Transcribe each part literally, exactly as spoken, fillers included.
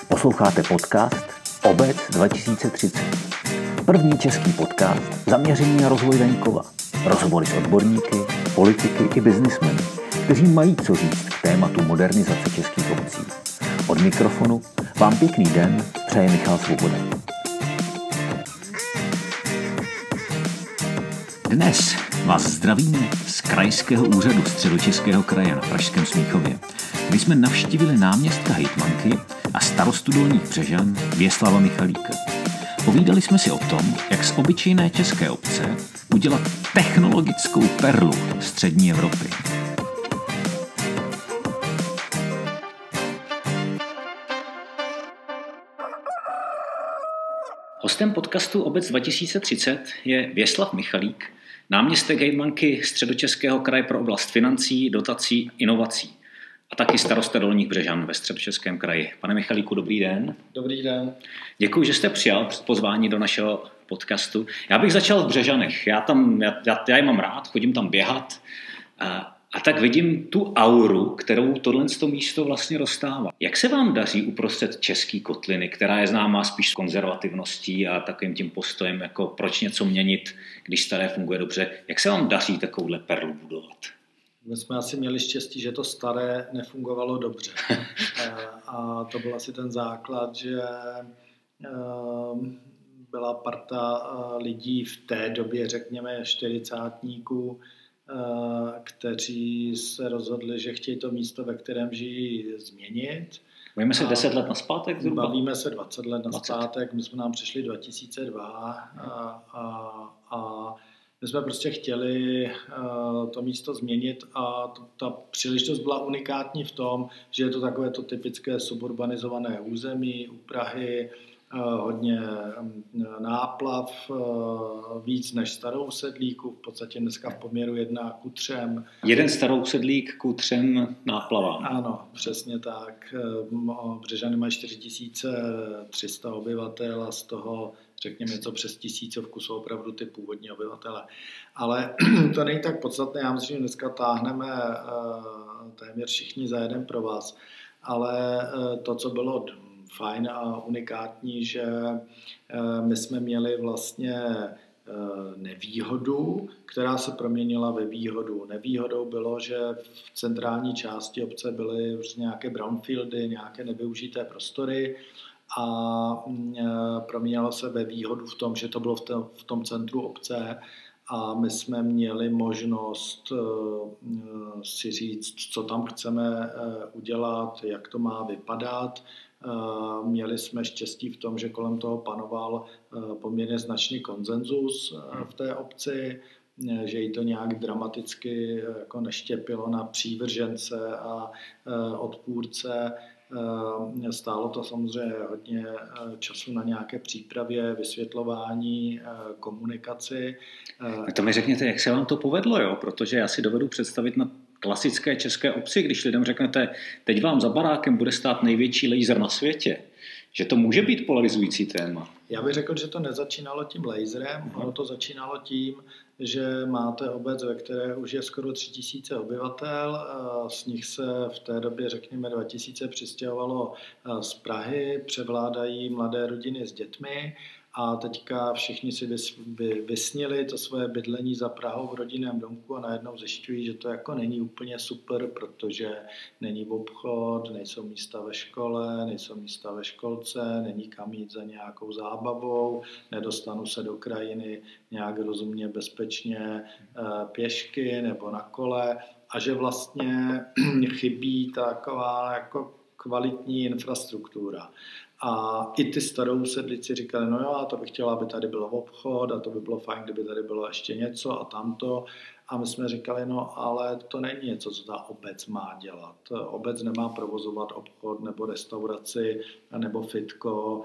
Posloucháte podcast Obec dva tisíce třicet. První český podcast zaměřený na rozvoj venkova. Rozhovory s odborníky, politiky i biznismeny, kteří mají co říct k tématu modernizace českých obcí. Od mikrofonu vám pěkný den přeje Michal Svoboda. Dnes vás zdravíme z Krajského úřadu Středočeského kraje na Pražském Smíchově, kdy jsme navštívili náměstka hejtmanky a starostu Dolních Břežan Věslava Michalíka. Povídali jsme si o tom, jak z obyčejné české obce udělat technologickou perlu střední Evropy. Hostem podcastu Obec dva tisíce třicet je Věslav Michalík, náměstek hejtmanky Středočeského kraje pro oblast financí, dotací, inovací a taky starosta Dolních Břežan ve Středočeském kraji. Pane Michalíku, dobrý den. Dobrý den. Děkuji, že jste přijal pozvání do našeho podcastu. Já bych začal v Břežanech. Já tam, já, já, já je mám rád, chodím tam běhat a, a tak vidím tu auru, kterou tohle místo vlastně rozstává. Jak se vám daří uprostřed české kotliny, která je známá spíš konzervativností a takovým tím postojem, jako proč něco měnit, když staré funguje dobře, jak se vám daří takovouhle perlu budovat? My jsme asi měli štěstí, že to staré nefungovalo dobře. A to byl asi ten základ, že byla parta lidí v té době, řekněme, čtyřicátníků, kteří se rozhodli, že chtějí to místo, ve kterém žijí, změnit. Bavíme se deset let naspátek zhruba? Bavíme se dvacet let naspátek, my jsme nám přišli dva tisíce dva a, a, a my jsme prostě chtěli uh, to místo změnit a to, ta příležitost byla unikátní v tom, že je to takové to typické suburbanizované území u Prahy, uh, hodně um, náplav, uh, víc než starou sedlíku, v podstatě dneska v poměru jedna ku třem. Jeden starou sedlík ku třem náplavám. Ano, přesně tak. Břežany mají čtyři tisíce tři sta obyvatel a z toho řekněme něco přes tisícovku jsou opravdu ty původní obyvatele. Ale to není tak podstatné, já myslím, že dneska táhneme téměř všichni za jeden pro vás. Ale to, co bylo fajn a unikátní, že my jsme měli vlastně nevýhodu, která se proměnila ve výhodu. Nevýhodou bylo, že v centrální části obce byly prostě nějaké brownfieldy, nějaké nevyužité prostory, a proměnilo se ve výhodu v tom, že to bylo v tom, v tom centru obce a my jsme měli možnost si říct, co tam chceme udělat, jak to má vypadat. Měli jsme štěstí v tom, že kolem toho panoval poměrně značný konsenzus v té obci, že jí to nějak dramaticky jako neštěpilo na přívržence a odpůrce. Stálo to samozřejmě hodně času na nějaké přípravě, vysvětlování, komunikaci. To mi řekněte, jak se vám to povedlo, jo? Protože já si dovedu představit na klasické české obci, když lidem řeknete, teď vám za barákem bude stát největší laser na světě, že to může být polarizující téma. Já bych řekl, že to nezačínalo tím laserem, ono to začínalo tím, že máte obec, ve které už je skoro tři tisíce obyvatel, z nich se v té době, řekněme, dva tisíce přistěhovalo z Prahy, převládají mladé rodiny s dětmi a teďka všichni si vysnili to svoje bydlení za Prahou v rodinném domku a najednou zjišťují, že to jako není úplně super, protože není obchod, nejsou místa ve škole, nejsou místa ve školce, není kam jít za nějakou zábavou, nedostanu se do krajiny nějak rozumně bezpečně pěšky nebo na kole a že vlastně chybí taková jako kvalitní infrastruktura. A i ty starou sedlici říkali, no jo, a to bych chtěla, aby tady byl obchod a to by bylo fajn, kdyby tady bylo ještě něco a tamto. A my jsme říkali, no ale to není něco, co ta obec má dělat. Obec nemá provozovat obchod nebo restauraci nebo fitko,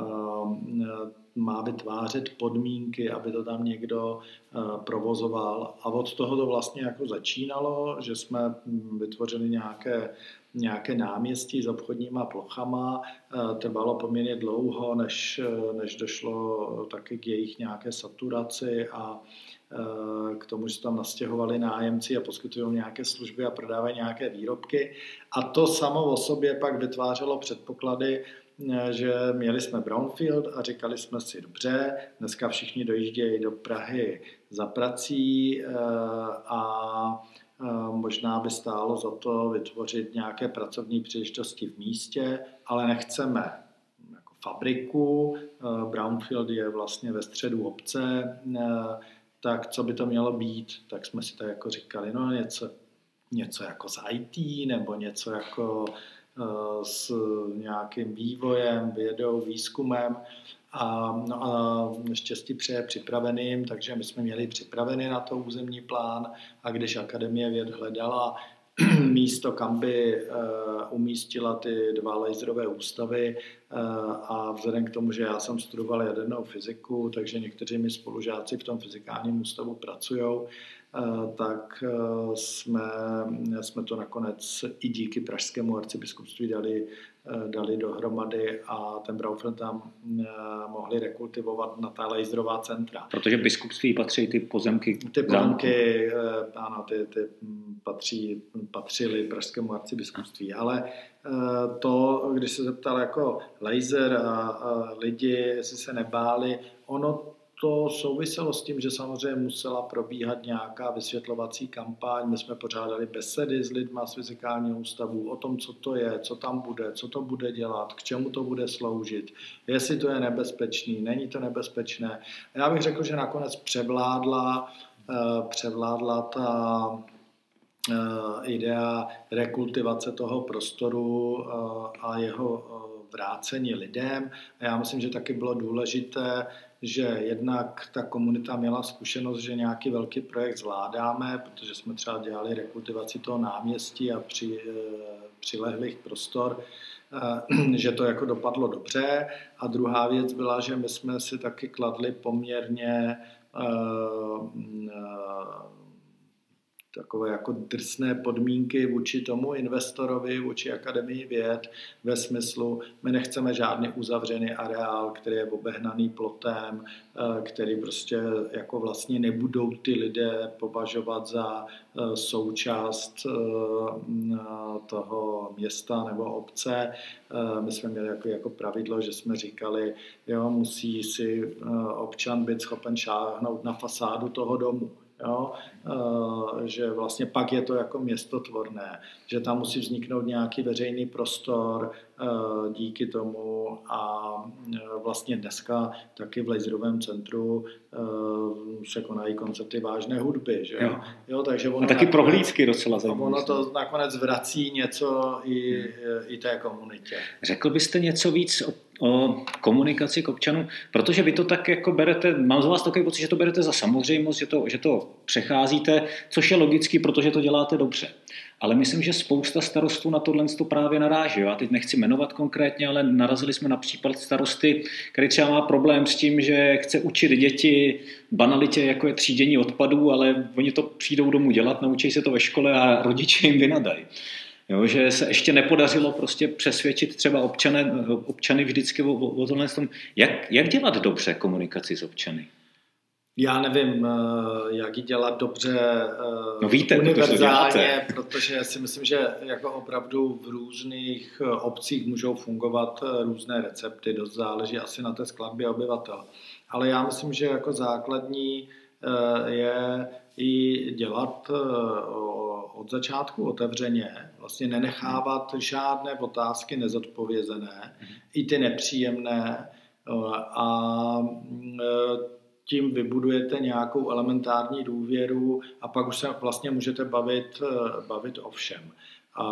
má vytvářet podmínky, aby to tam někdo provozoval. A od toho to vlastně jako začínalo, že jsme vytvořili nějaké nějaké náměstí s obchodníma plochama. Trvalo poměrně dlouho, než, než došlo taky k jejich nějaké saturaci a k tomu, že tam nastěhovali nájemci a poskytují nějaké služby a prodávají nějaké výrobky. A to samo o sobě pak vytvářelo předpoklady že měli jsme brownfield a říkali jsme si, dobře, dneska všichni dojíždějí do Prahy za prací a možná by stálo za to vytvořit nějaké pracovní příležitosti v místě, ale nechceme jako fabriku, brownfield je vlastně ve středu obce, tak co by to mělo být, tak jsme si tak jako říkali, no něco, něco jako z í té nebo něco jako s nějakým vývojem, vědou, výzkumem a, no a štěstí přeje připraveným, takže my jsme měli připravený na to územní plán a když Akademie věd hledala místo, kam by uh, umístila ty dva laserové ústavy uh, a vzhledem k tomu, že já jsem studoval jadernou fyziku, takže někteří mi spolužáci v tom fyzikálním ústavu pracují, uh, tak uh, jsme, jsme to nakonec i díky pražskému arcibiskupství dali, uh, dali dohromady a ten brownfield tam uh, mohli rekultivovat na ta laserová centra. Protože biskupství patří ty pozemky. Ty pozemky, uh, ano, ty, ty patří, patřily pražskému arcibiskupství, ale uh, to, když se zeptal jako laser a, a lidi, jestli se nebáli, ono to souviselo s tím, že samozřejmě musela probíhat nějaká vysvětlovací kampaň. My jsme pořádali besedy s lidma z fyzikálního ústavu o tom, co to je, co tam bude, co to bude dělat, k čemu to bude sloužit, jestli to je nebezpečný, není to nebezpečné. A já bych řekl, že nakonec převládla, uh, převládla ta uh, idea rekultivace toho prostoru uh, a jeho uh, vrácení lidem. A já myslím, že taky bylo důležité, že jednak ta komunita měla zkušenost, že nějaký velký projekt zvládáme, protože jsme třeba dělali rekultivaci toho náměstí a při, přilehlých prostor, že to jako dopadlo dobře. A druhá věc byla, že my jsme si taky kladli poměrně takové jako drsné podmínky vůči tomu investorovi, vůči Akademii věd, ve smyslu, my nechceme žádný uzavřený areál, který je obehnaný plotem, který prostě jako vlastně nebudou ty lidé považovat za součást toho města nebo obce. My jsme měli jako, jako pravidlo, že jsme říkali, jo, musí si občan být schopen šáhnout na fasádu toho domu. Jo, že vlastně pak je to jako městotvorné, že tam musí vzniknout nějaký veřejný prostor díky tomu a vlastně dneska taky v laserovém centru se konají koncerty vážné hudby. Že? Jo. Jo, takže ono a taky prohlídky docela zajímavé. Ono to nakonec vrací něco i, hmm. i té komunitě. Řekl byste něco víc o, o komunikaci k občanům? Protože vy to tak jako berete, mám z vás takový pocit, že to berete za samozřejmost, že to, že to přecházíte, což je logický, protože to děláte dobře. Ale myslím, že spousta starostů na tohle právě naráží. Já teď nechci jmenovat konkrétně, ale narazili jsme na případ starosty, který třeba má problém s tím, že chce učit děti banalitě, jako je třídění odpadů, ale oni to přijdou domů dělat, naučí se to ve škole a rodiče jim vynadají. Jo, že se ještě nepodařilo prostě přesvědčit třeba občany, občany vždycky o, o tomhle tom. Jak, jak dělat dobře komunikaci s občany? Já nevím, jak ji dělat dobře no víte, univerzálně, protože si myslím, že jako opravdu v různých obcích můžou fungovat různé recepty, dost záleží asi na té skladbě obyvatel. Ale já myslím, že jako základní je i dělat od začátku otevřeně, vlastně nenechávat žádné otázky nezodpovězené, i ty nepříjemné a tím vybudujete nějakou elementární důvěru a pak už se vlastně můžete bavit, bavit o všem. A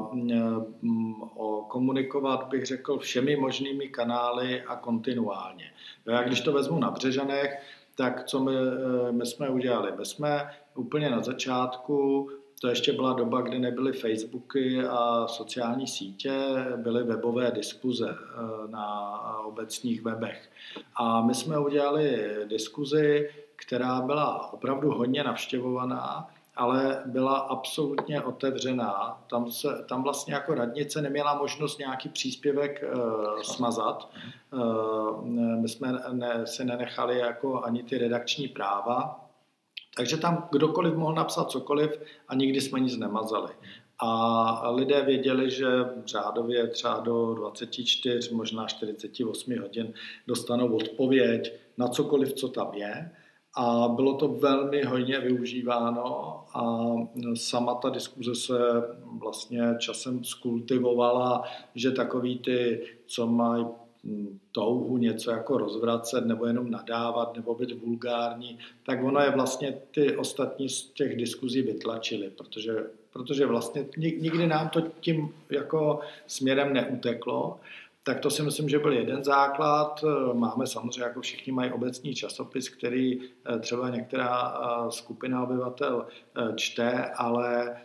o komunikovat bych řekl všemi možnými kanály a kontinuálně. Já když to vezmu na Břežanech, tak co my, my jsme udělali? My jsme úplně na začátku, to ještě byla doba, kdy nebyly Facebooky a sociální sítě, byly webové diskuze na obecních webech. A my jsme udělali diskuzi, která byla opravdu hodně navštěvovaná, ale byla absolutně otevřená. Tam, se, tam vlastně jako radnice neměla možnost nějaký příspěvek e, smazat. E, my jsme ne, si nenechali jako ani ty redakční práva, takže tam kdokoliv mohl napsat cokoliv a nikdy jsme nic nemazali. A lidé věděli, že řádově třeba do dvacet čtyři, možná čtyřicet osm hodin dostanou odpověď na cokoliv, co tam je. A bylo to velmi hojně využíváno a sama ta diskuze se vlastně časem skultivovala, že takový ty, co mají touhu něco jako rozvracet nebo jenom nadávat nebo být vulgární, tak ono je vlastně ty ostatní z těch diskuzí vytlačili, protože, protože vlastně nikdy nám to tím jako směrem neuteklo. Tak to si myslím, že byl jeden základ. Máme samozřejmě, jako všichni mají obecní časopis, který třeba některá skupina obyvatel čte, ale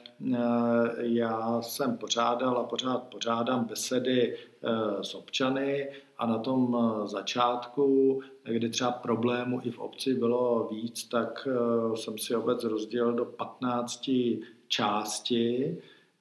já jsem pořádal a pořád pořádám besedy s občany a na tom začátku, kdy třeba problémů i v obci bylo víc, tak jsem si obec rozdělil do patnácti částí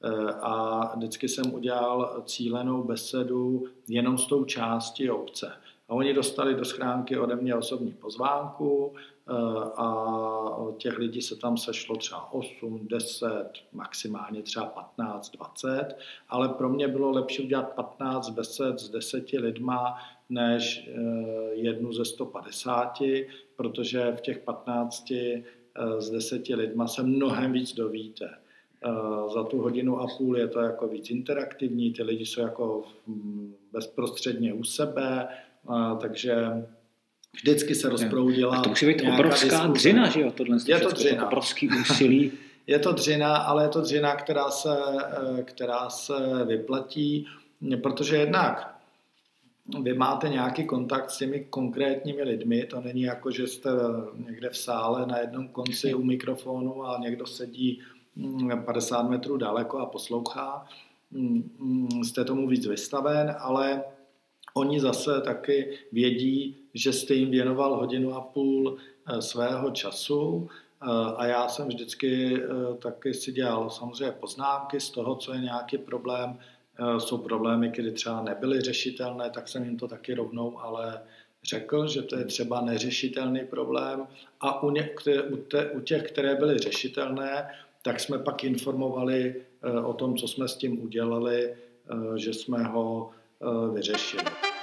a vždycky jsem udělal cílenou besedu jenom s tou částí obce. A oni dostali do schránky ode mě osobní pozvánku a těch lidí se tam sešlo třeba osm, deset, maximálně třeba patnáct, dvacet, ale pro mě bylo lepší udělat patnáct besed s deseti lidma, než jednu ze sto padesáti, protože v těch patnácti s deseti lidma se mnohem víc dovíte. Za tu hodinu a půl je to jako víc interaktivní, ty lidi jsou jako bezprostředně u sebe, takže vždycky se rozproudila. A to musí být obrovská diskuze. Dřina, že jo? Tohle je to dřina. Obrovský úsilí. Je to dřina, ale je to dřina, která se, která se vyplatí, protože jednak vy máte nějaký kontakt s těmi konkrétními lidmi, to není jako, že jste někde v sále na jednom konci u mikrofonu a někdo sedí padesát metrů daleko a poslouchá. Jste tomu víc vystaven, ale oni zase taky vědí, že jste jim věnoval hodinu a půl svého času a já jsem vždycky taky si dělal samozřejmě poznámky z toho, co je nějaký problém. Jsou problémy, které třeba nebyly řešitelné, tak jsem jim to taky rovnou ale řekl, že to je třeba neřešitelný problém a u, některé, u, te, u těch, které byly řešitelné, tak jsme pak informovali o tom, co jsme s tím udělali, že jsme ho vyřešili.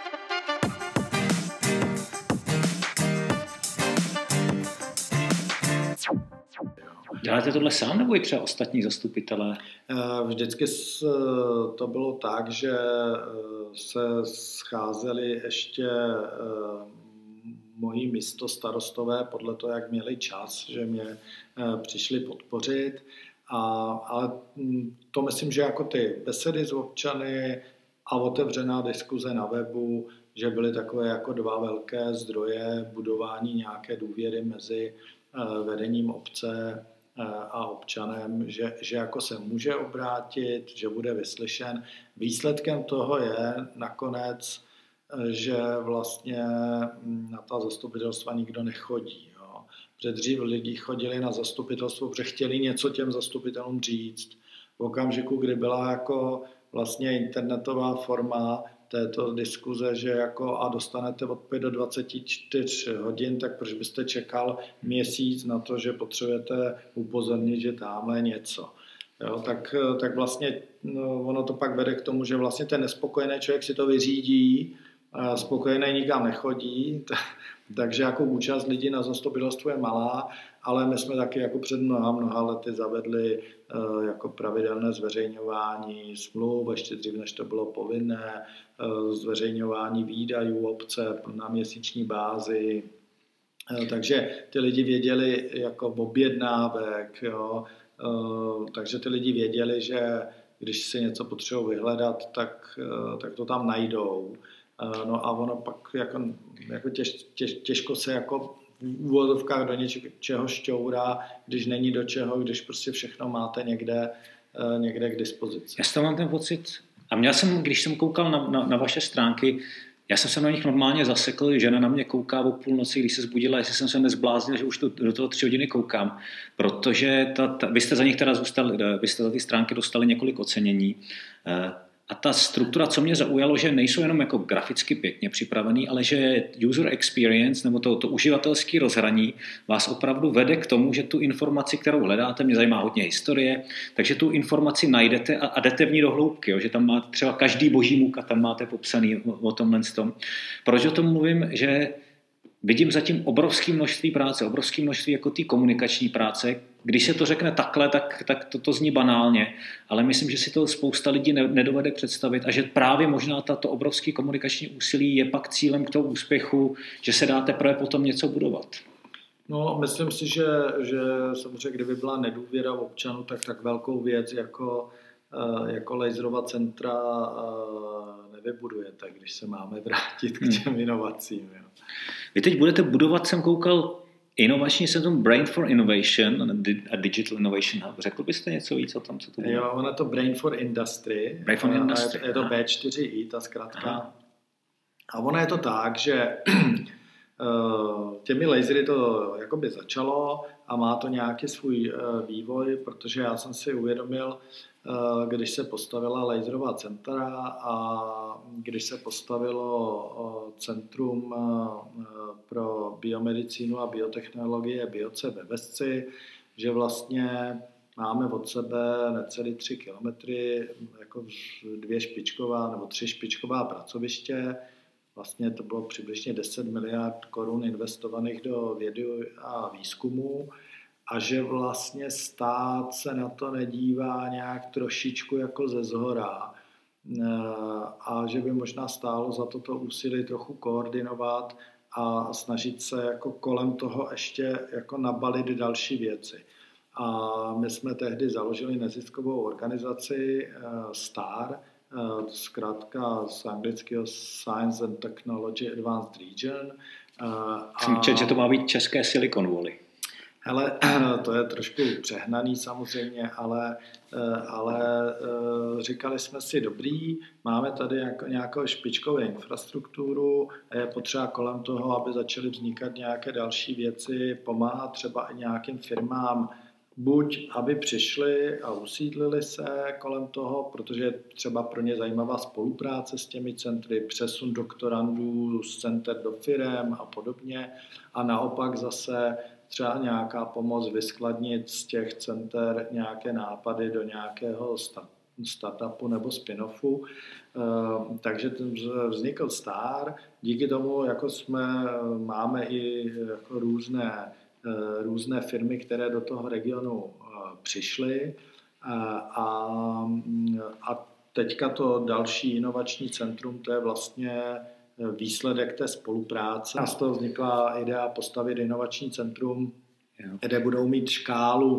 Děláte tohle sám nebo i třeba ostatní zastupitelé? Vždycky to bylo tak, že se scházeli ještě moji místostarostové podle toho, jak měli čas, že mě přišli podpořit. A, ale to myslím, že jako ty besedy s občany a otevřená diskuze na webu, že byly takové jako dva velké zdroje budování nějaké důvěry mezi vedením obce a občanem, že, že jako se může obrátit, že bude vyslyšen. Výsledkem toho je nakonec, že vlastně na ta zastupitelstva nikdo nechodí. Jo. Protože dřív lidi chodili na zastupitelstvo, protože chtěli něco těm zastupitelům říct. V okamžiku, kdy byla jako vlastně internetová forma této diskuze, že jako a dostanete odpověď do dvacet čtyři hodin, tak proč byste čekal měsíc na to, že potřebujete upozornit, že tamhle něco. Jo, tak, tak vlastně no, ono to pak vede k tomu, že vlastně ten nespokojený člověk si to vyřídí, a spokojený nikam nechodí, t- takže jako účast lidí na zastupitelstvu je malá, ale my jsme taky jako před mnoha, mnoha lety zavedli uh, jako pravidelné zveřejňování smluv, ještě dřív, než to bylo povinné, uh, zveřejňování výdajů obce na měsíční bázi. Uh, takže ty lidi věděli jako objednávek, jo, uh, takže ty lidi věděli, že když si něco potřebují vyhledat, tak, uh, tak to tam najdou. No a ono pak jako, jako těž, těž, těžko se jako v úvodovkách do něčeho šťourá, když není do čeho, když prostě všechno máte někde, někde k dispozici. Já to mám ten pocit, a měl jsem, když jsem koukal na, na, na vaše stránky, já jsem se na nich normálně zasekl, žena na mě kouká o půlnoci, když se zbudila, jestli jsem se nezbláznil, že už to, do toho tři hodiny koukám, protože ta, ta, vy jste za nich teda zůstali, vy jste za ty stránky dostali několik ocenění, a ta struktura, co mě zaujalo, že nejsou jenom jako graficky pěkně připravený, ale že user experience nebo to, to uživatelské rozhraní vás opravdu vede k tomu, že tu informaci, kterou hledáte, mě zajímá hodně historie, takže tu informaci najdete a, a jdete v ní do hloubky, jo, že tam máte třeba každý boží muka, tam máte popsaný o, o tomhle tom. Proč o tom mluvím, že vidím zatím obrovské množství práce, obrovské množství jako té komunikační práce. Když se to řekne takhle, tak, tak to, to zní banálně, ale myslím, že si to spousta lidí ne, nedovede představit a že právě možná tato obrovské komunikační úsilí je pak cílem k tomu úspěchu, že se dá teprve potom něco budovat. No, myslím si, že, že samozřejmě, kdyby byla nedůvěra občanů, tak tak velkou věc jako, jako laserová centra nevybudujete, když se máme vrátit k těm inovacím. Jo. Vy teď budete budovat, jsem koukal, inovační centrum Brain for Innovation a Digital Innovation Hub. Řekl byste něco víc o tom, co to bude? Jo, ono je to Brain for Industry. Brain for Industry. Je to B čtyři I, ta zkratka. Aha. A ono je to tak, že těmi lasery to jakoby začalo a má to nějaký svůj vývoj, protože já jsem si uvědomil, když se postavila laserová centra a když se postavilo centrum pro biomedicínu a biotechnologie Bioce ve Vesci, že vlastně máme od sebe necelý tři kilometry jako dvě špičková nebo tři špičková pracoviště. Vlastně to bylo přibližně deset miliard korun investovaných do vědy a výzkumu a že vlastně stát se na to nedívá nějak trošičku jako ze zhora a že by možná stálo za toto úsilí trochu koordinovat a snažit se jako kolem toho ještě jako nabalit další věci. A my jsme tehdy založili neziskovou organizaci STAR, zkrátka z anglického Science and Technology Advanced Region. Jsem četl, že to má být české Silicon Valley. Hele, to je trošku přehnaný samozřejmě, ale, ale říkali jsme si, dobrý, máme tady nějakou špičkovou infrastrukturu a je potřeba kolem toho, aby začaly vznikat nějaké další věci, pomáhat třeba i nějakým firmám, buď aby přišli a usídlili se kolem toho, protože je třeba pro ně zajímavá spolupráce s těmi centry, přesun doktorandů z center do firem a podobně. A naopak zase třeba nějaká pomoc vyskladnit z těch center nějaké nápady do nějakého startupu nebo spin-offu. Takže vznikl STAR. Díky tomu jako jsme, máme i jako různé různé firmy, které do toho regionu přišly a, a, a teďka to další inovační centrum, to je vlastně výsledek té spolupráce. A z toho vznikla idea postavit inovační centrum, kde budou mít škálu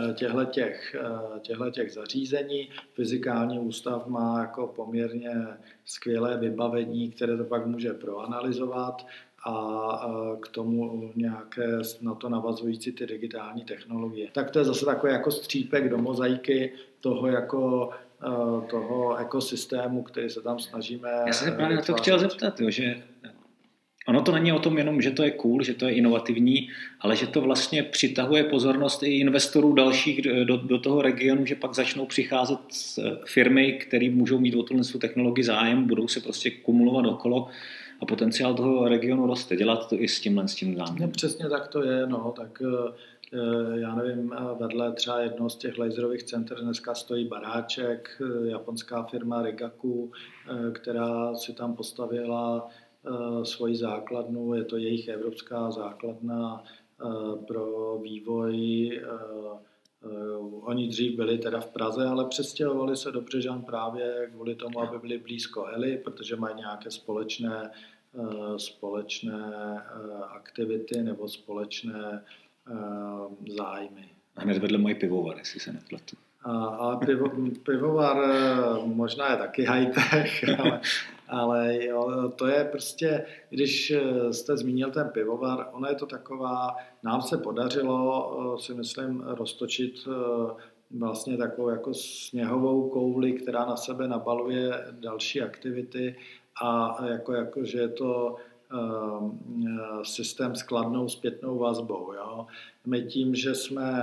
těchto zařízení. Fyzikální ústav má jako poměrně skvělé vybavení, které to pak může proanalyzovat a k tomu nějaké na to navazující ty digitální technologie. Tak to je zase takový jako střípek do mozaiky toho jako toho ekosystému, který se tam snažíme. Já jsem se právě na to chtěl zeptat, jo, že ono to není o tom jenom, že to je cool, že to je inovativní, ale že to vlastně přitahuje pozornost i investorů dalších do, do toho regionu, že pak začnou přicházet firmy, které můžou mít o tuhle technologii zájem, budou se prostě kumulovat okolo a potenciál toho regionu roste. Dělat to i s tímhle, s tím záměrem. No, přesně tak to je, no, tak já nevím, vedle třeba jednoho z těch laserových center dneska stojí baráček, japonská firma Rigaku, která si tam postavila svoji základnu, je to jejich evropská základna pro vývoj. Oni dřív byli teda v Praze, ale přestěhovali se do Břežan právě kvůli tomu, aby byli blízko Eli, protože mají nějaké společné, společné aktivity nebo společné zájmy. A hned vedle moje pivovar, jestli se nepletu. Ale pivo, pivovar možná je taky high-tech, ale, ale jo, to je prostě, když jste zmínil ten pivovar, ono je to taková, nám se podařilo, si myslím, roztočit vlastně takovou jako sněhovou kouli, která na sebe nabaluje další aktivity a jako, jako že je to systém s kladnou zpětnou vazbou. Jo. My tím, že jsme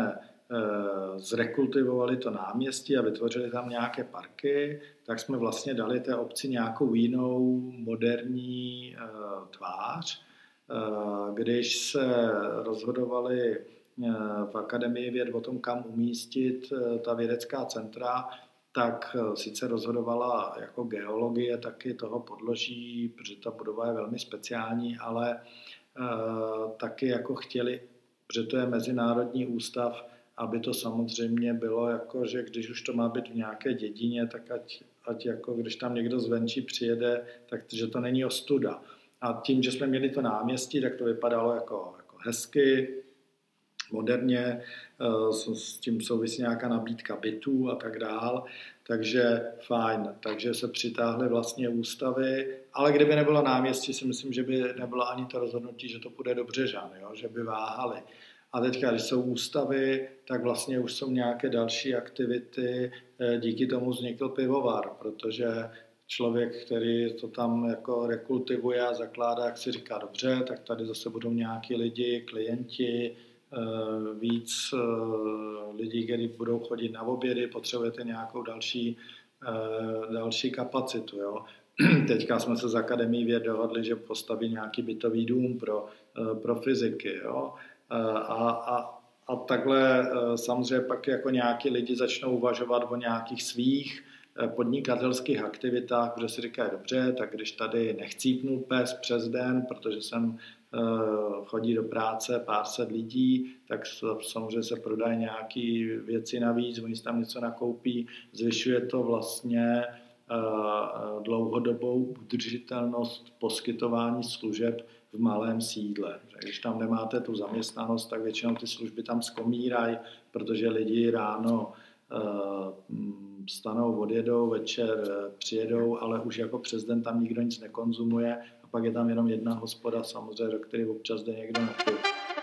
zrekultivovali to náměstí a vytvořili tam nějaké parky, tak jsme vlastně dali té obci nějakou jinou moderní tvář. Když se rozhodovali v Akademii věd o tom, kam umístit ta vědecká centra, tak sice rozhodovala jako geologie taky toho podloží, protože ta budova je velmi speciální, ale taky jako chtěli, protože to je mezinárodní ústav, aby to samozřejmě bylo jako, že když už to má být v nějaké dědině, tak ať, ať jako když tam někdo zvenčí přijede, tak že to není ostuda. A tím, že jsme měli to náměstí, tak to vypadalo jako, jako hezky, moderně, s tím souvisí nějaká nabídka bytů a tak dál, takže fajn. Takže se přitáhly vlastně ústavy, ale kdyby nebylo náměstí, si myslím, že by nebylo ani to rozhodnutí, že to půjde do Břežan, jo? Že by váhali. A teďka, když jsou ústavy, tak vlastně už jsou nějaké další aktivity, díky tomu vznikl pivovar, protože člověk, který to tam jako rekultivuje a zakládá, jak si říká, dobře, tak tady zase budou nějaký lidi, klienti, víc lidí, kteří budou chodit na obědy, potřebujete nějakou další, další kapacitu. Jo. Teďka jsme se z Akademii věd dohodli, že postaví nějaký bytový dům pro, pro fyziky. Jo. A, a, a takhle samozřejmě pak jako nějaký lidi začnou uvažovat o nějakých svých podnikatelských aktivitách, protože si říkají, dobře, tak když tady nechcípnu pes přes den, protože jsem chodí do práce pár set lidí, tak samozřejmě se prodají nějaké věci navíc, oni si tam něco nakoupí, zvyšuje to vlastně dlouhodobou udržitelnost poskytování služeb v malém sídle. Když tam nemáte tu zaměstnanost, tak většinou ty služby tam skomírají, protože lidi ráno vstanou, odjedou, večer přijedou, ale už jako přes den tam nikdo nic nekonzumuje a pak je tam jenom jedna hospoda samozřejmě, do které občas jde někdo na pivo.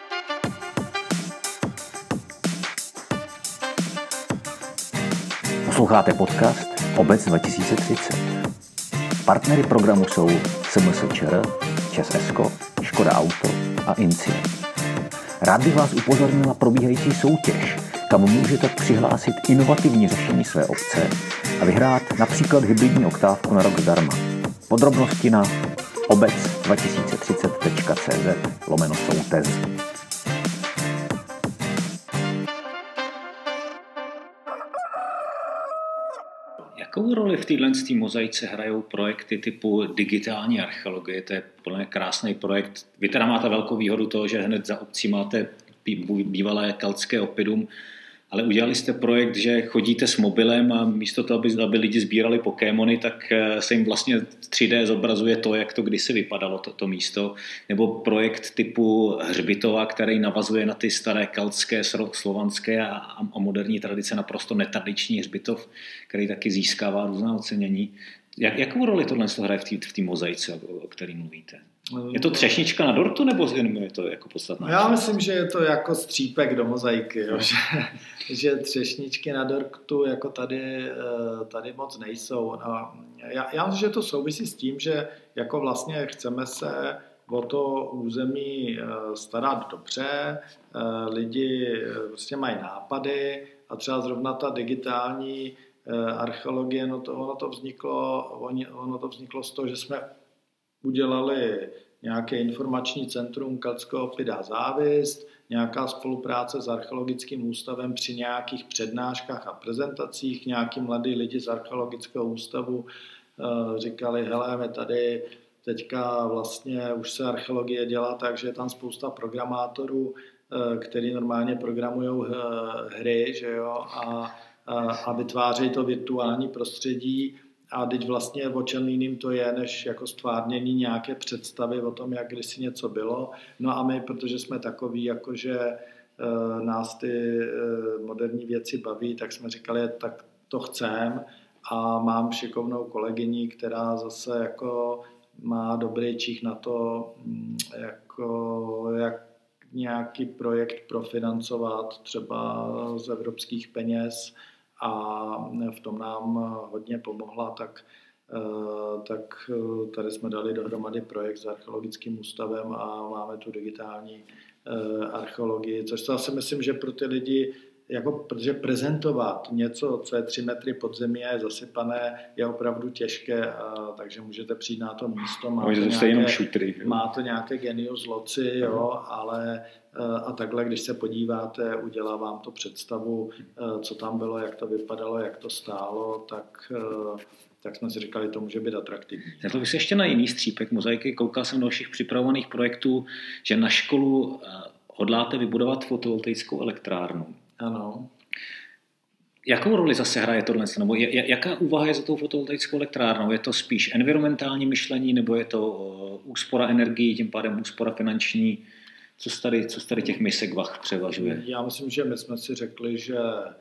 Posloucháte podcast Obec dva tisíce třicet. Partnery programu jsou S M S Č R, Čes Esko, Škoda Auto a Incient. Rád bych vás upozornil na probíhající soutěž, kam můžete přihlásit inovativní řešení své obce a vyhrát například hybridní oktávku na rok zdarma. Podrobnosti na obec dva tisíce třicet tečka cé zet lomeno soutěž. Jakou roli v téhle mozaice hrajou projekty typu digitální archeologie? To je plně krásný projekt. Vy teda máte velkou výhodu toho, že hned za obcí máte bývalé keltské oppidum, ale udělali jste projekt, že chodíte s mobilem a místo toho, aby, aby lidi sbírali Pokémony, tak se jim vlastně tři dé zobrazuje to, jak to kdysi vypadalo, to, to místo. Nebo projekt typu hřbitova, který navazuje na ty staré keltské, slovanské a, a moderní tradice, naprosto netradiční hřbitov, který taky získává různá ocenění. Jak, jakou roli tohle hraje v té mozaice, o které mluvíte? Je to třešnička na dortu, nebo je to jako podstatná? Já myslím, že je to jako střípek do mozaiky, jo? že, že třešničky na dortu jako tady, tady moc nejsou. No, já, já myslím, že to souvisí s tím, že jako vlastně chceme se o to území starat dobře, lidi prostě mají nápady a třeba zrovna ta digitální archeologie, no to, ono, to vzniklo, ono to vzniklo z toho, že jsme udělali nějaké informační centrum keltského oppida Závist, nějaká spolupráce s archeologickým ústavem při nějakých přednáškách a prezentacích. Nějaký mladí lidi z archeologického ústavu říkali, hele, my tady teďka vlastně už se archeologie dělá tak, že je tam spousta programátorů, který normálně programují hry, že jo, a, a vytvářejí to virtuální prostředí. A teď vlastně o čem jiným to je, než jako stvárnění nějaké představy o tom, jak kdysi něco bylo. No a my, protože jsme takový, jakože e, nás ty e, moderní věci baví, tak jsme říkali, tak to chcem. A mám šikovnou kolegyni, která zase jako má dobrý čich na to, jako, jak nějaký projekt profinancovat třeba z evropských peněz, a v tom nám hodně pomohla, tak, tak tady jsme dali dohromady projekt s archeologickým ústavem a máme tu digitální archeologii, což to asi myslím, že pro ty lidi jako, protože prezentovat něco, co je tři metry pod zemí a je zasypané, je opravdu těžké, a, takže můžete přijít na to místo, má, to, nějaké, šutry, má to nějaké genius loci, jo, ale a takhle, když se podíváte, udělá vám to představu, co tam bylo, jak to vypadalo, jak to stálo, tak, tak jsme si říkali, to může být atraktivní. Zeptal bych se ještě na jiný střípek mozaiky. Koukal jsem do vašich připravovaných projektů, že na školu hodláte vybudovat fotovoltaickou elektrárnu. Ano. Jakou roli zase hraje tohle? Nebo jaká úvaha je za tou fotovoltaickou elektrárnou? Je to spíš environmentální myšlení, nebo je to úspora energií, tím pádem úspora finanční? Co z tady, co z tady těch misek vah převažuje? Já myslím, že my jsme si řekli, že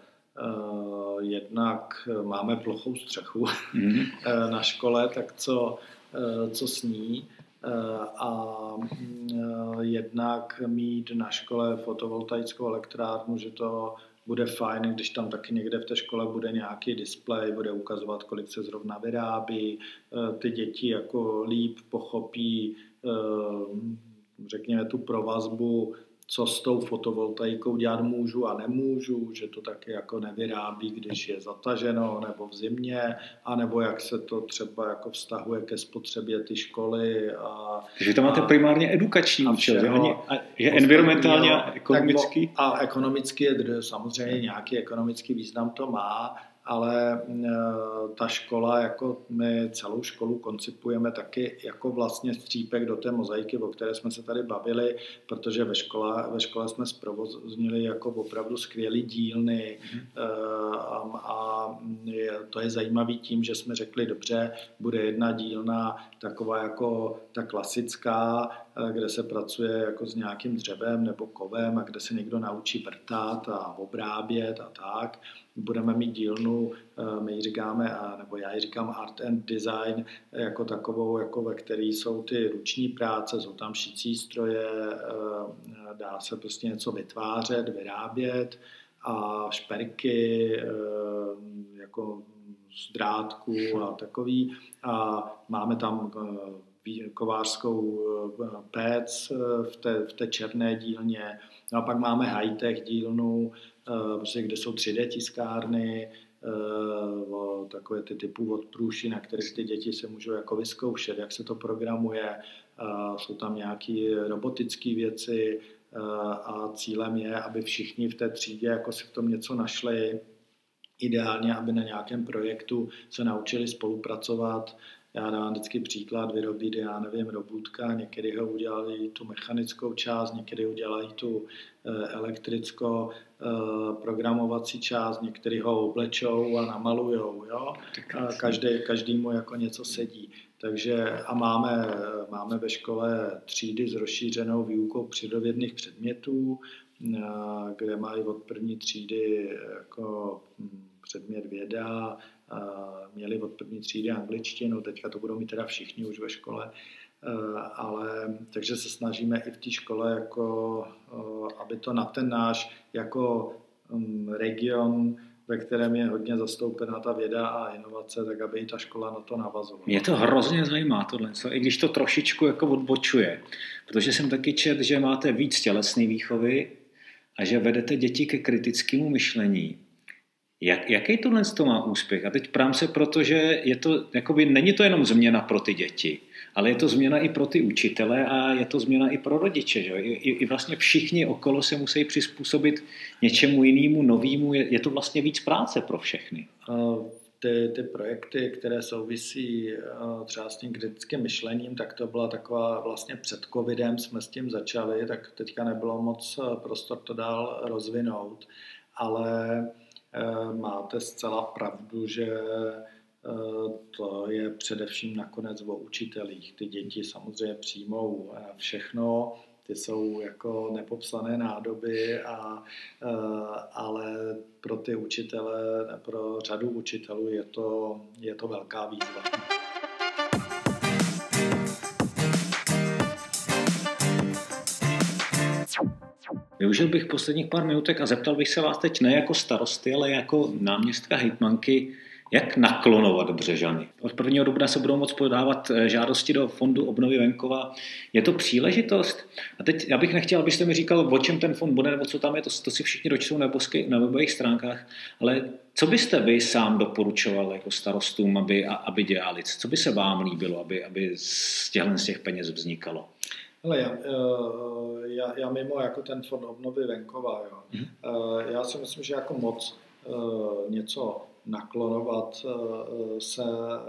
uh, jednak máme plochou střechu mm. na škole, tak co, uh, co s ní. Uh, a uh, jednak mít na škole fotovoltaickou elektrárnu, že to bude fajn, když tam taky někde v té škole bude nějaký displej, bude ukazovat, kolik se zrovna vyrábí, uh, ty děti jako líp pochopí uh, řekněme tu provazbu, co s tou fotovoltaikou dělat můžu a nemůžu, že to taky jako nevyrábí, když je zataženo nebo v zimě, anebo jak se to třeba jako vztahuje ke spotřebě ty školy. A, Takže to máte a, primárně edukační účel, že, že environmentálně a ekonomicky? A ekonomicky je samozřejmě nějaký ekonomický význam to má, ale ta škola, jako my celou školu koncipujeme taky jako vlastně střípek do té mozaiky, o které jsme se tady bavili, protože ve škole, ve škole jsme zprovoznili jako opravdu skvělý dílny mm. a, a je, to je zajímavý tím, že jsme řekli, dobře, bude jedna dílna taková jako ta klasická, kde se pracuje jako s nějakým dřevem nebo kovem a kde se někdo naučí vrtat a obrábět a tak. Budeme mít dílnu, my ji říkáme, nebo já ji říkám art and design, jako takovou, jako ve které jsou ty ruční práce, jsou tam šicí stroje, dá se prostě něco vytvářet, vyrábět a šperky, jako z drátku a takový. A máme tam kovářskou péc v té, v té černé dílně. No a pak máme high-tech dílnu, kde jsou tři dé tiskárny, takové ty typů od průši, na kterých ty děti se můžou jako vyzkoušet, jak se to programuje. Jsou tam nějaké robotické věci a cílem je, aby všichni v té třídě jako si v tom něco našli. Ideálně, aby na nějakém projektu se naučili spolupracovat. Já dávám vždycky příklad, vyrobit, já nevím, robůtka, někdy ho udělají tu mechanickou část, někdy udělají tu elektricko programovací část, někdy ho oblečou a namalujou, jo? Každý, každému jako něco sedí. Takže a máme, máme ve škole třídy s rozšířenou výukou přírodovědných předmětů, kde mají od první třídy jako předmět věda, měli od první třídy angličtinu, teďka to budou mít teda všichni už ve škole, ale takže se snažíme i v té škole, jako, aby to na ten náš jako region, ve kterém je hodně zastoupená ta věda a inovace, tak aby i ta škola na to navazovala. Mě to hrozně zajímá tohle, i když to trošičku jako odbočuje, protože jsem taky četl, že máte víc tělesné výchovy a že vedete děti ke kritickému myšlení. Jak, jaký tohle to má úspěch? A teď prám se, protože je to, jakoby, není to jenom změna pro ty děti, ale je to změna i pro ty učitele a je to změna i pro rodiče. Že? I, I vlastně všichni okolo se musí přizpůsobit něčemu jinému, novému. Je, je to vlastně víc práce pro všechny. Ty, ty projekty, které souvisí třeba s tím kritickým myšlením, tak to byla taková vlastně před covidem jsme s tím začali, tak teďka nebylo moc prostor to dál rozvinout, ale máte zcela pravdu, že to je především nakonec o učitelích. Ty děti samozřejmě přijmou všechno, ty jsou jako nepopsané nádoby, a, ale pro ty učitele, pro řadu učitelů je to, je to velká výzva. Využil bych posledních pár minutek a zeptal bych se vás teď ne jako starosty, ale jako náměstka hejtmanky, Jak naklonovat Břežany? Od prvního dubna se budou moct podávat žádosti do Fondu obnovy venkova. Je to příležitost? A teď já bych nechtěl, abyste mi říkal, o čem ten fond bude, nebo co tam je, to, to si všichni dočtou na, bosky, na webových stránkách, ale co byste vy sám doporučoval jako starostům, aby, aby dělali? Co by se vám líbilo, aby, aby z těchto z těch peněz vznikalo? Hele, já, já, já mimo jako ten Fond obnovy venkova, jo. Hmm. Já si myslím, že jako moc něco naklonovat se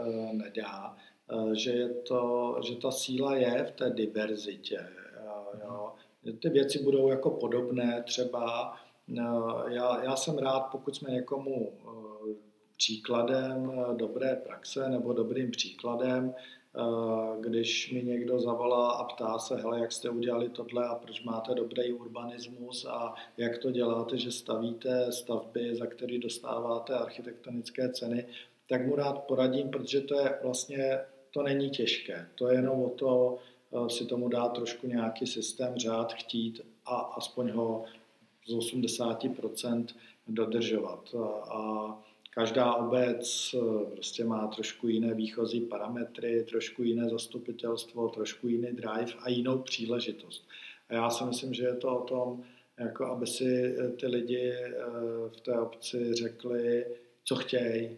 nedá, že, je to, že ta síla je v té diverzitě. Jo. Ty věci budou jako podobné třeba. Já, já jsem rád, pokud jsme někomu příkladem dobré praxe nebo dobrým příkladem, když mi někdo zavolá a ptá se, hele, jak jste udělali tohle a proč máte dobrý urbanismus a jak to děláte, že stavíte stavby, za které dostáváte architektonické ceny, tak mu rád poradím, protože to je vlastně, to není těžké. To je jenom o to si tomu dát trošku nějaký systém, řád, chtít a aspoň ho z osmdesát procent dodržovat. A každá obec prostě má trošku jiné výchozí parametry, trošku jiné zastupitelstvo, trošku jiný drive a jinou příležitost. A já si myslím, že je to o tom, jako aby si ty lidi v té obci řekli, co chtějí.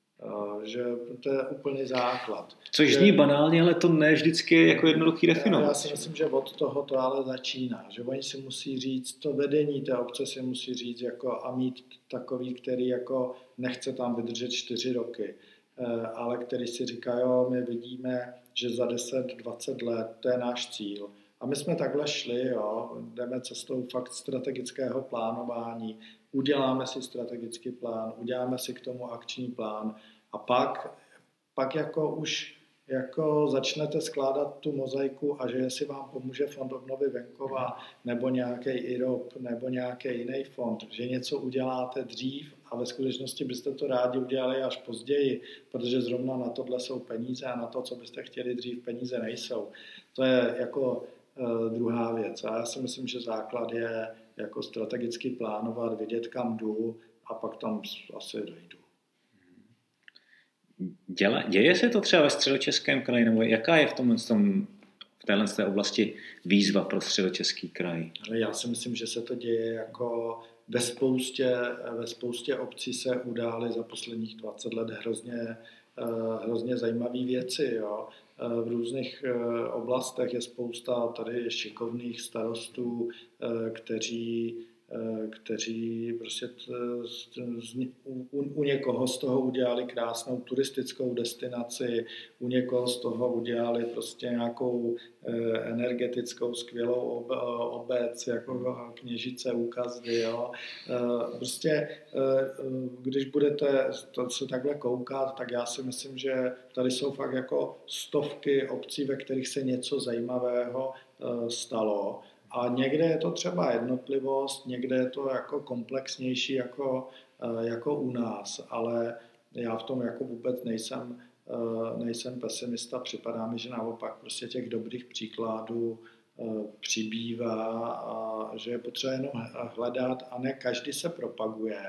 Že to je úplný základ. Což zní banálně, ale to ne vždycky je jako jednoduchý definovat. Já si myslím, že od toho to ale začíná. Že oni si musí říct, to vedení té obce si musí říct jako a mít takový, který jako nechce tam vydržet čtyři roky, ale který si říká, jo, my vidíme, že za deset dvacet let to je náš cíl. A my jsme takhle šli, jo, jdeme cestou fakt strategického plánování, uděláme si strategický plán, uděláme si k tomu akční plán a pak, pak jako už jako začnete skládat tu mozaiku a že jestli vám pomůže Fond obnovy venkova nebo nějaký I R O P nebo nějaký jiný fond, že něco uděláte dřív a ve skutečnosti byste to rádi udělali až později, protože zrovna na tohle jsou peníze a na to, co byste chtěli dřív, peníze nejsou. To je jako uh, druhá věc. A já si myslím, že základ je jako strategicky plánovat, vědět, kam jdu a pak tam asi dojdu. Děla, děje se to třeba ve Středočeském kraji, nebo jaká je v, tom, v, tom, v téhle oblasti výzva pro Středočeský kraj? Ale já si myslím, že se to děje jako ve spoustě, ve spoustě obcí se udály za posledních dvacet let hrozně, hrozně zajímavé věci. Jo. V různých oblastech je spousta tady šikovných starostů, kteří kteří prostě t, z, u, u někoho z toho udělali krásnou turistickou destinaci, u někoho z toho udělali prostě nějakou eh, energetickou skvělou ob, obec, jako Kněžice u Kazdy. Jo. Eh, prostě eh, když budete to, se takhle koukat, tak já si myslím, že tady jsou fakt jako stovky obcí, ve kterých se něco zajímavého eh, stalo. A někde je to třeba jednotlivost, někde je to jako komplexnější jako, jako u nás, ale já v tom jako vůbec nejsem, nejsem pesimista, připadá mi, že naopak prostě těch dobrých příkladů přibývá a že je potřeba jenom hledat a ne každý se propaguje.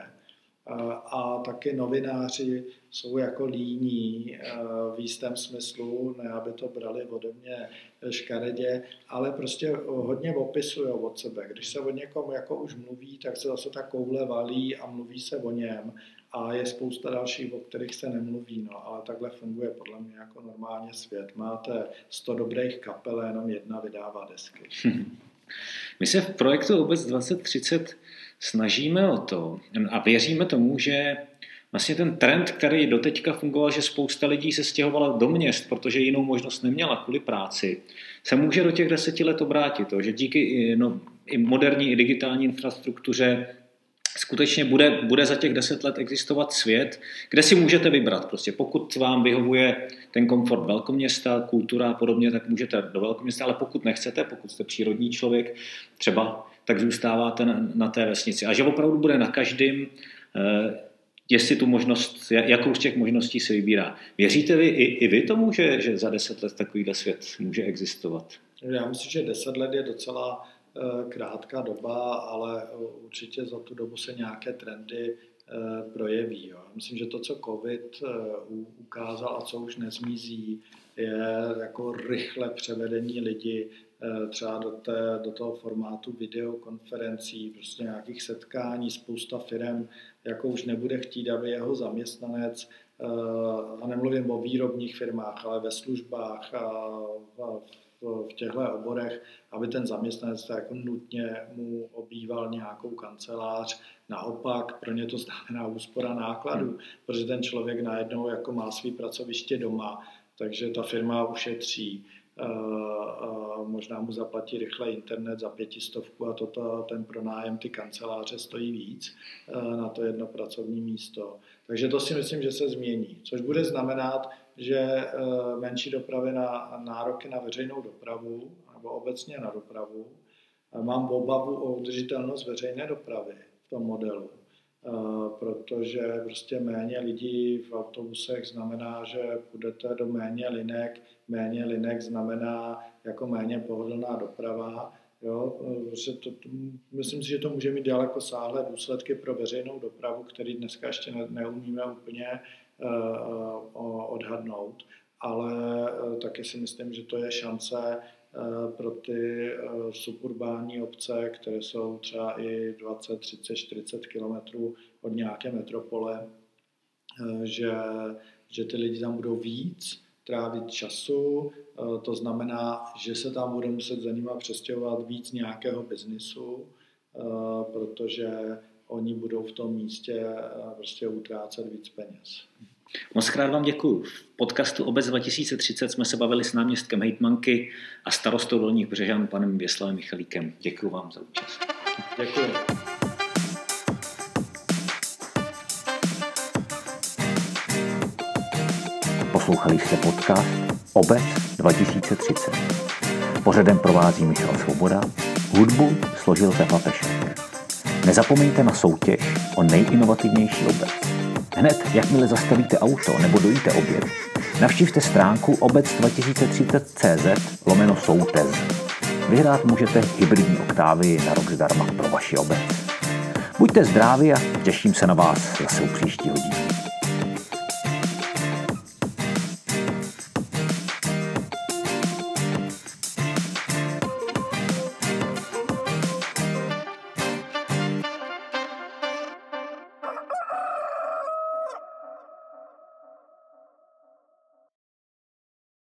A taky novináři jsou jako líní v jistém smyslu, ne aby to brali ode mě škaredě, ale prostě hodně opisují od sebe. Když se o někom jako už mluví, tak se zase ta koule valí a mluví se o něm a je spousta dalších, o kterých se nemluví, no, ale takhle funguje podle mě jako normálně svět. Máte sto dobrých kapel, jenom jedna vydává desky. Hmm. My se v projektu Obec dvacet třicet snažíme o to a věříme tomu, že vlastně ten trend, který doteďka fungoval, že spousta lidí se stěhovala do měst, protože jinou možnost neměla kvůli práci, se může do těch deseti let obrátit. To, že díky no, i moderní i digitální infrastruktuře skutečně bude, bude za těch deset let existovat svět, kde si můžete vybrat. Prostě pokud vám vyhovuje ten komfort velkoměsta, kultura a podobně, tak můžete do velkoměsta, ale pokud nechcete, pokud jste přírodní člověk třeba, tak zůstáváte na, na té vesnici. A že opravdu bude na každém, eh, jestli tu možnost, jakou z těch možností se vybírá. Věříte vy i, i vy tomu, že, že za deset let takovýhle svět může existovat? Já myslím, že deset let je docela krátká doba, ale určitě za tu dobu se nějaké trendy projeví. Jo. Myslím, že to, co covid ukázal a co už nezmizí, je jako rychle převedení lidí třeba do, té, do toho formátu videokonferencí, prostě nějakých setkání, spousta firem, jako už nebude chtít, aby jeho zaměstnanec, a nemluvím o výrobních firmách, ale ve službách a v, v těchto oborech, aby ten zaměstnanec jako nutně mu obýval nějakou kancelář. Naopak pro ně to znamená úspora nákladů, protože ten člověk najednou jako má svý pracoviště doma, takže ta firma ušetří. Možná mu zaplatí rychle internet za pětistovku a toto, ten pronájem ty kanceláře stojí víc na to jedno pracovní místo. Takže to si myslím, že se změní, což bude znamenat, že menší dopravy na nároky na veřejnou dopravu nebo obecně na dopravu. Mám obavu o udržitelnost veřejné dopravy v tom modelu, protože prostě méně lidí v autobusech znamená, že půjdete do méně linek, méně linek znamená jako méně pohodlná doprava. Jo? To, myslím si, že to může mít daleko sáhlé důsledky pro veřejnou dopravu, který dneska ještě ne, neumíme úplně uh, odhadnout, ale uh, taky si myslím, že to je šance uh, pro ty uh, suburbální obce, které jsou třeba i dvacet, třicet, čtyřicet kilometrů od nějaké metropole, uh, že, že ty lidi tam budou víc trávit času, to znamená, že se tam bude muset za nima přestěhovat víc nějakého biznisu, protože oni budou v tom místě prostě utrácet víc peněz. Moc krát vám děkuju. V podcastu Obec dva tisíce třicet jsme se bavili s náměstkem hejtmanky a starostou Dolních Břežan panem Věslavem Michalíkem. Děkuju vám za účast. Děkuji. Poslouchali jste podcast Obec dva tisíce třicet. Pořadem provází Michal Svoboda, hudbu složil Pepa Pešek. Nezapomeňte na soutěž o nejinovativnější obec. Hned, jakmile zastavíte auto nebo dojíte oběd, navštivte stránku obec dva tisíce třicet tečka cé zet lomeno soutěž. Vyhrát můžete hybridní oktávy na rok zdarma pro vaši obec. Buďte zdraví a těším se na vás zase u příštího dílu.